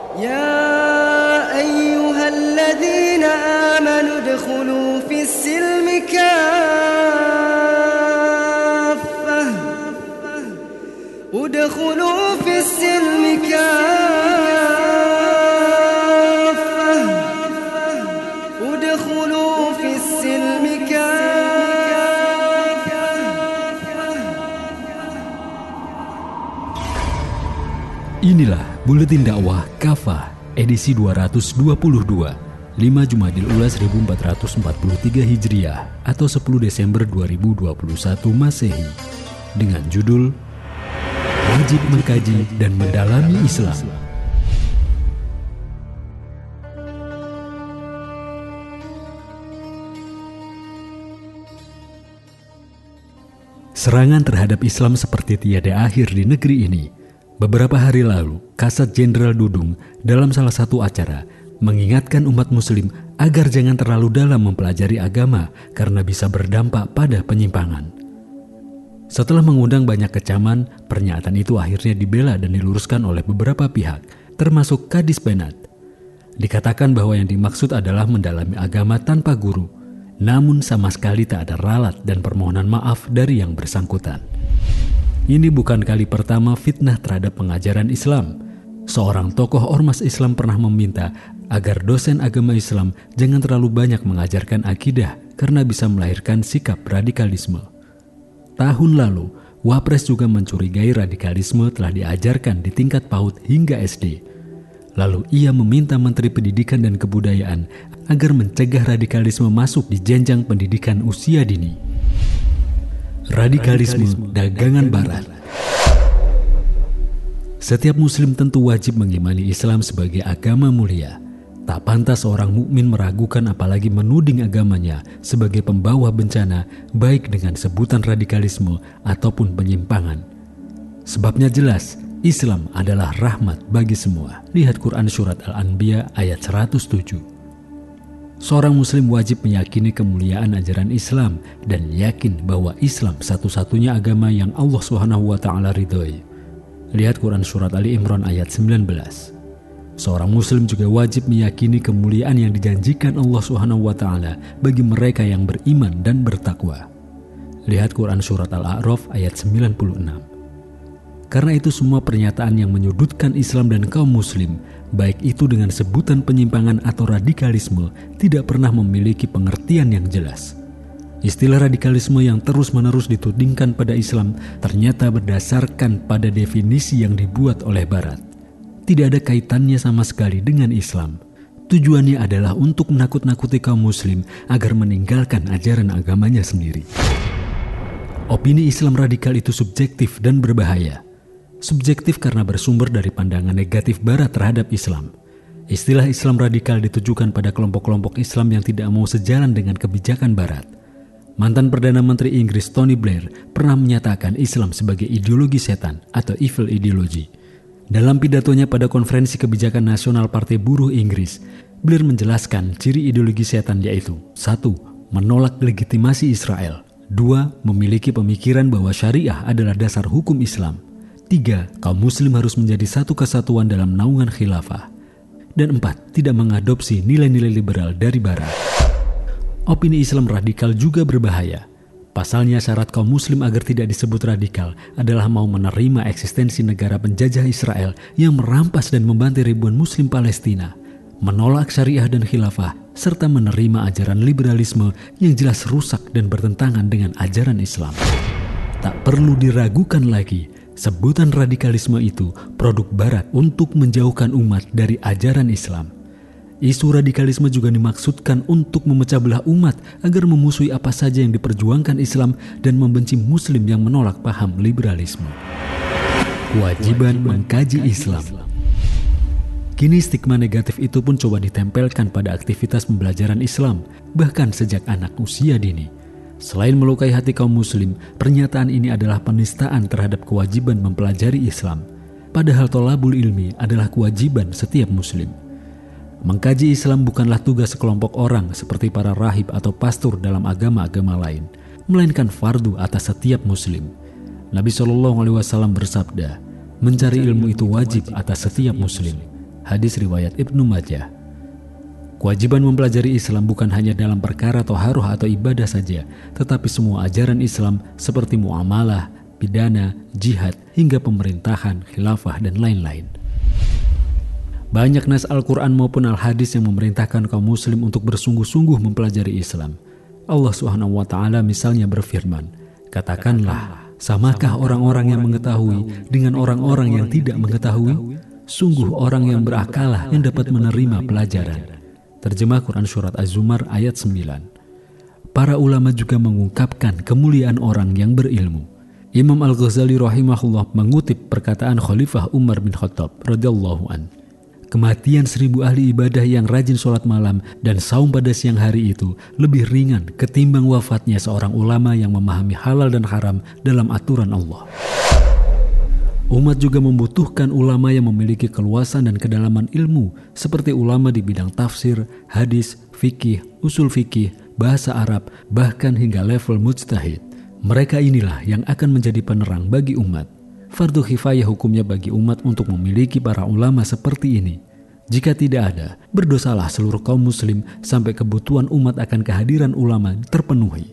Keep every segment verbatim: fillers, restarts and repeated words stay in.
يا أيها الذين آمنوا ادخلوا في السلم كافة ادخلوا في السلم كافة ادخلوا في السلم كافة. Inilah Buletin Dakwah Kafah edisi dua ratus dua puluh dua, lima Jumadil Ula seribu empat ratus empat puluh tiga Hijriah atau sepuluh Desember dua ribu dua puluh satu Masehi dengan judul Wajib Mengkaji dan Mendalami Islam. Serangan terhadap Islam seperti tiada akhir di negeri ini. Beberapa hari lalu, Kasat Jenderal Dudung dalam salah satu acara mengingatkan umat muslim agar jangan terlalu dalam mempelajari agama karena bisa berdampak pada penyimpangan. Setelah mengundang banyak kecaman, pernyataan itu akhirnya dibela dan diluruskan oleh beberapa pihak, termasuk Kadis Penat. Dikatakan bahwa yang dimaksud adalah mendalami agama tanpa guru, namun sama sekali tak ada ralat dan permohonan maaf dari yang bersangkutan. Ini bukan kali pertama fitnah terhadap pengajaran Islam. Seorang tokoh ormas Islam pernah meminta agar dosen agama Islam jangan terlalu banyak mengajarkan akidah karena bisa melahirkan sikap radikalisme. Tahun lalu, Wapres juga mencurigai radikalisme telah diajarkan di tingkat PAUD hingga S D. Lalu ia meminta Menteri Pendidikan dan Kebudayaan agar mencegah radikalisme masuk di jenjang pendidikan usia dini. Radikalisme dagangan barat. Setiap muslim tentu wajib mengimani Islam sebagai agama mulia. Tak pantas seorang mukmin meragukan apalagi menuding agamanya sebagai pembawa bencana baik dengan sebutan radikalisme ataupun penyimpangan. Sebabnya jelas, Islam adalah rahmat bagi semua. Lihat Quran Surat Al-Anbiya ayat seratus tujuh. Seorang muslim wajib meyakini kemuliaan ajaran Islam dan yakin bahwa Islam satu-satunya agama yang Allah Subhanahu wa taala ridhoi. Lihat Quran Surat Ali Imran ayat sembilan belas. Seorang muslim juga wajib meyakini kemuliaan yang dijanjikan Allah Subhanahu wa taala bagi mereka yang beriman dan bertakwa. Lihat Quran Surat Al-A'raf ayat sembilan puluh enam. Karena itu semua pernyataan yang menyudutkan Islam dan kaum muslim, baik itu dengan sebutan penyimpangan atau radikalisme, tidak pernah memiliki pengertian yang jelas. Istilah radikalisme yang terus-menerus ditudingkan pada Islam ternyata berdasarkan pada definisi yang dibuat oleh Barat. Tidak ada kaitannya sama sekali dengan Islam. Tujuannya adalah untuk menakut-nakuti kaum muslim agar meninggalkan ajaran agamanya sendiri. Opini Islam radikal itu subjektif dan berbahaya. Subjektif karena bersumber dari pandangan negatif Barat terhadap Islam. Istilah Islam radikal ditujukan pada kelompok-kelompok Islam yang tidak mau sejalan dengan kebijakan Barat. Mantan Perdana Menteri Inggris Tony Blair pernah menyatakan Islam sebagai ideologi setan atau evil ideology. Dalam pidatonya pada Konferensi Kebijakan Nasional Partai Buruh Inggris, Blair menjelaskan ciri ideologi setan yaitu satu. Menolak legitimasi Israel. Dua. Memiliki pemikiran bahwa syariah adalah dasar hukum Islam. Tiga, kaum muslim harus menjadi satu kesatuan dalam naungan khilafah. Dan empat, tidak mengadopsi nilai-nilai liberal dari Barat. Opini Islam radikal juga berbahaya. Pasalnya syarat kaum muslim agar tidak disebut radikal adalah mau menerima eksistensi negara penjajah Israel yang merampas dan membantai ribuan muslim Palestina, menolak syariah dan khilafah, serta menerima ajaran liberalisme yang jelas rusak dan bertentangan dengan ajaran Islam. Tak perlu diragukan lagi, sebutan radikalisme itu produk Barat untuk menjauhkan umat dari ajaran Islam. Isu radikalisme juga dimaksudkan untuk memecah belah umat agar memusuhi apa saja yang diperjuangkan Islam dan membenci muslim yang menolak paham liberalisme. Kewajiban mengkaji Islam. Kini stigma negatif itu pun coba ditempelkan pada aktivitas pembelajaran Islam, bahkan sejak anak usia dini. Selain melukai hati kaum muslim, pernyataan ini adalah penistaan terhadap kewajiban mempelajari Islam. Padahal thalabul ilmi adalah kewajiban setiap muslim. Mengkaji Islam bukanlah tugas sekelompok orang seperti para rahib atau pastor dalam agama-agama lain, melainkan fardu atas setiap muslim. Nabi shallallahu alaihi wasallam bersabda, mencari ilmu itu wajib atas setiap muslim. Hadis riwayat Ibnu Majah. Kewajiban mempelajari Islam bukan hanya dalam perkara toharoh atau ibadah saja, tetapi semua ajaran Islam seperti muamalah, pidana, jihad, hingga pemerintahan, khilafah, dan lain-lain. Banyak nas Al-Quran maupun Al-Hadis yang memerintahkan kaum muslim untuk bersungguh-sungguh mempelajari Islam. Allah subhanahu wa ta'ala misalnya berfirman, "Katakanlah, samakah orang-orang yang mengetahui dengan orang-orang yang tidak mengetahui? Sungguh orang yang berakalah yang dapat menerima pelajaran." Terjemah Quran Surat Az-Zumar ayat sembilan. Para ulama juga mengungkapkan kemuliaan orang yang berilmu. Imam Al-Ghazali rahimahullah mengutip perkataan Khalifah Umar bin Khattab radhiyallahu an. Kematian seribu ahli ibadah yang rajin sholat malam dan saum pada siang hari itu lebih ringan ketimbang wafatnya seorang ulama yang memahami halal dan haram dalam aturan Allah. Umat juga membutuhkan ulama yang memiliki keluasan dan kedalaman ilmu seperti ulama di bidang tafsir, hadis, fikih, usul fikih, bahasa Arab, bahkan hingga level mujtahid. Mereka inilah yang akan menjadi penerang bagi umat. Fardu kifayah hukumnya bagi umat untuk memiliki para ulama seperti ini. Jika tidak ada, berdosalah seluruh kaum muslim sampai kebutuhan umat akan kehadiran ulama terpenuhi.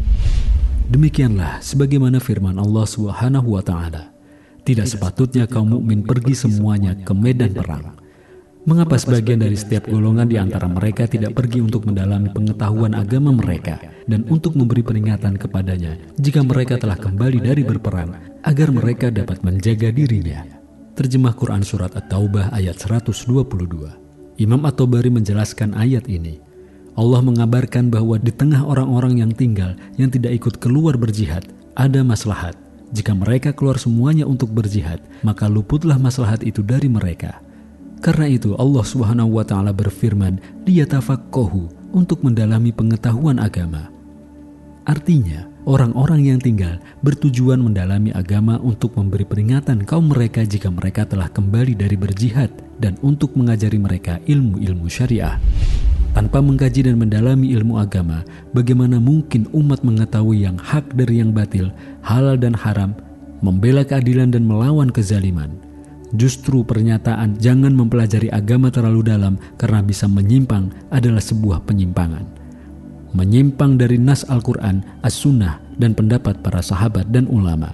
Demikianlah sebagaimana firman Allah Subhanahu wa taala. Tidak sepatutnya kaum mukmin pergi semuanya ke medan perang. Mengapa sebagian dari setiap golongan di antara mereka tidak pergi untuk mendalami pengetahuan agama mereka dan untuk memberi peringatan kepadanya jika mereka telah kembali dari berperang agar mereka dapat menjaga dirinya? Terjemah Quran Surat At-Taubah ayat seratus dua puluh dua. Imam At-Tabari menjelaskan ayat ini. Allah mengabarkan bahwa di tengah orang-orang yang tinggal yang tidak ikut keluar berjihad ada maslahat. Jika mereka keluar semuanya untuk berjihad, maka luputlah maslahat itu dari mereka. Karena itu Allah Subhanahu wa taala berfirman, "Liyatafaqahu," untuk mendalami pengetahuan agama. Artinya, orang-orang yang tinggal bertujuan mendalami agama untuk memberi peringatan kaum mereka jika mereka telah kembali dari berjihad dan untuk mengajari mereka ilmu-ilmu syariah. Tanpa mengkaji dan mendalami ilmu agama, bagaimana mungkin umat mengetahui yang hak dari yang batil, halal dan haram, membela keadilan dan melawan kezaliman? Justru pernyataan jangan mempelajari agama terlalu dalam karena bisa menyimpang adalah sebuah penyimpangan. Menyimpang dari nas Al-Quran, As-Sunnah, dan pendapat para sahabat dan ulama.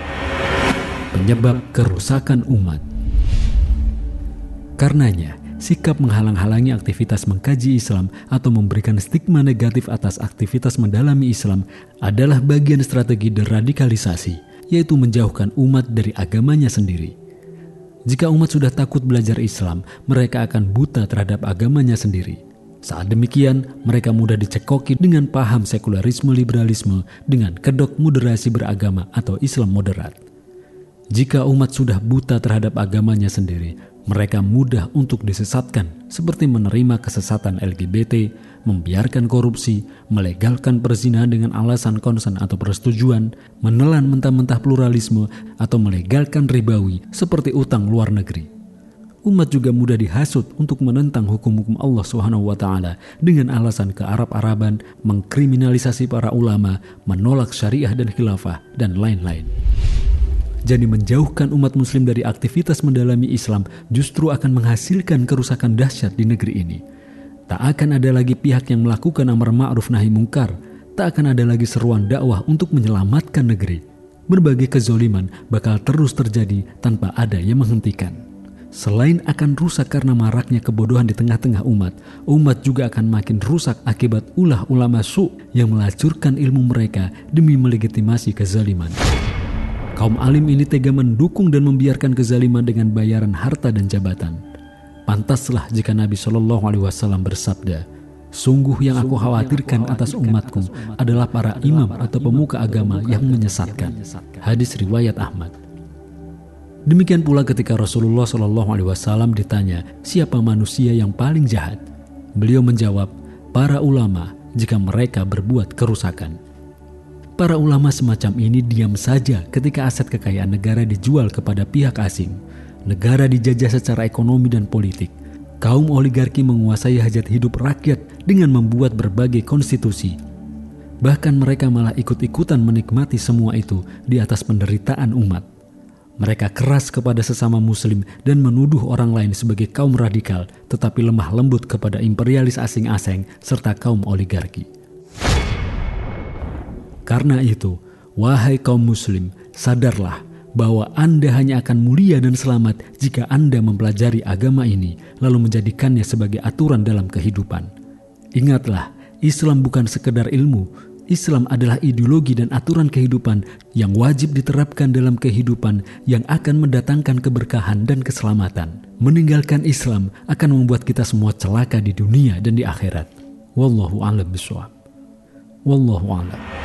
Penyebab kerusakan umat. Karenanya, sikap menghalang-halangi aktivitas mengkaji Islam atau memberikan stigma negatif atas aktivitas mendalami Islam adalah bagian strategi deradikalisasi, yaitu menjauhkan umat dari agamanya sendiri. Jika umat sudah takut belajar Islam, mereka akan buta terhadap agamanya sendiri. Saat demikian, mereka mudah dicekoki dengan paham sekularisme liberalisme dengan kedok moderasi beragama atau Islam moderat. Jika umat sudah buta terhadap agamanya sendiri, mereka mudah untuk disesatkan seperti menerima kesesatan L G B T, membiarkan korupsi, melegalkan perzinahan dengan alasan konsen atau persetujuan, menelan mentah-mentah pluralisme, atau melegalkan ribawi seperti utang luar negeri. Umat juga mudah dihasut untuk menentang hukum-hukum Allah subhanahu wa taala dengan alasan kearab-araban, mengkriminalisasi para ulama, menolak syariah dan khilafah, dan lain-lain. Jadi menjauhkan umat muslim dari aktivitas mendalami Islam justru akan menghasilkan kerusakan dahsyat di negeri ini. Tak akan ada lagi pihak yang melakukan amar ma'ruf nahi mungkar. Tak akan ada lagi seruan dakwah untuk menyelamatkan negeri. Berbagai kezoliman bakal terus terjadi tanpa ada yang menghentikan. Selain akan rusak karena maraknya kebodohan di tengah-tengah umat, umat juga akan makin rusak akibat ulah ulama su' yang melacurkan ilmu mereka demi melegitimasi kezaliman. Kaum alim ini tega mendukung dan membiarkan kezaliman dengan bayaran harta dan jabatan. Pantaslah jika Nabi shallallahu alaihi wasallam bersabda, "Sungguh yang aku khawatirkan atas umatku adalah para imam atau pemuka agama yang menyesatkan." Hadis riwayat Ahmad. Demikian pula ketika Rasulullah shallallahu alaihi wasallam ditanya, siapa manusia yang paling jahat? Beliau menjawab, para ulama jika mereka berbuat kerusakan. Para ulama semacam ini diam saja ketika aset kekayaan negara dijual kepada pihak asing. Negara dijajah secara ekonomi dan politik. Kaum oligarki menguasai hajat hidup rakyat dengan membuat berbagai konstitusi. Bahkan mereka malah ikut-ikutan menikmati semua itu di atas penderitaan umat. Mereka keras kepada sesama muslim dan menuduh orang lain sebagai kaum radikal, tetapi lemah lembut kepada imperialis asing-asing serta kaum oligarki. Karena itu, wahai kaum muslim, sadarlah bahwa Anda hanya akan mulia dan selamat jika Anda mempelajari agama ini lalu menjadikannya sebagai aturan dalam kehidupan. Ingatlah, Islam bukan sekedar ilmu. Islam adalah ideologi dan aturan kehidupan yang wajib diterapkan dalam kehidupan yang akan mendatangkan keberkahan dan keselamatan. Meninggalkan Islam akan membuat kita semua celaka di dunia dan di akhirat. Wallahu a'lam bishawab. Wallahu a'lam.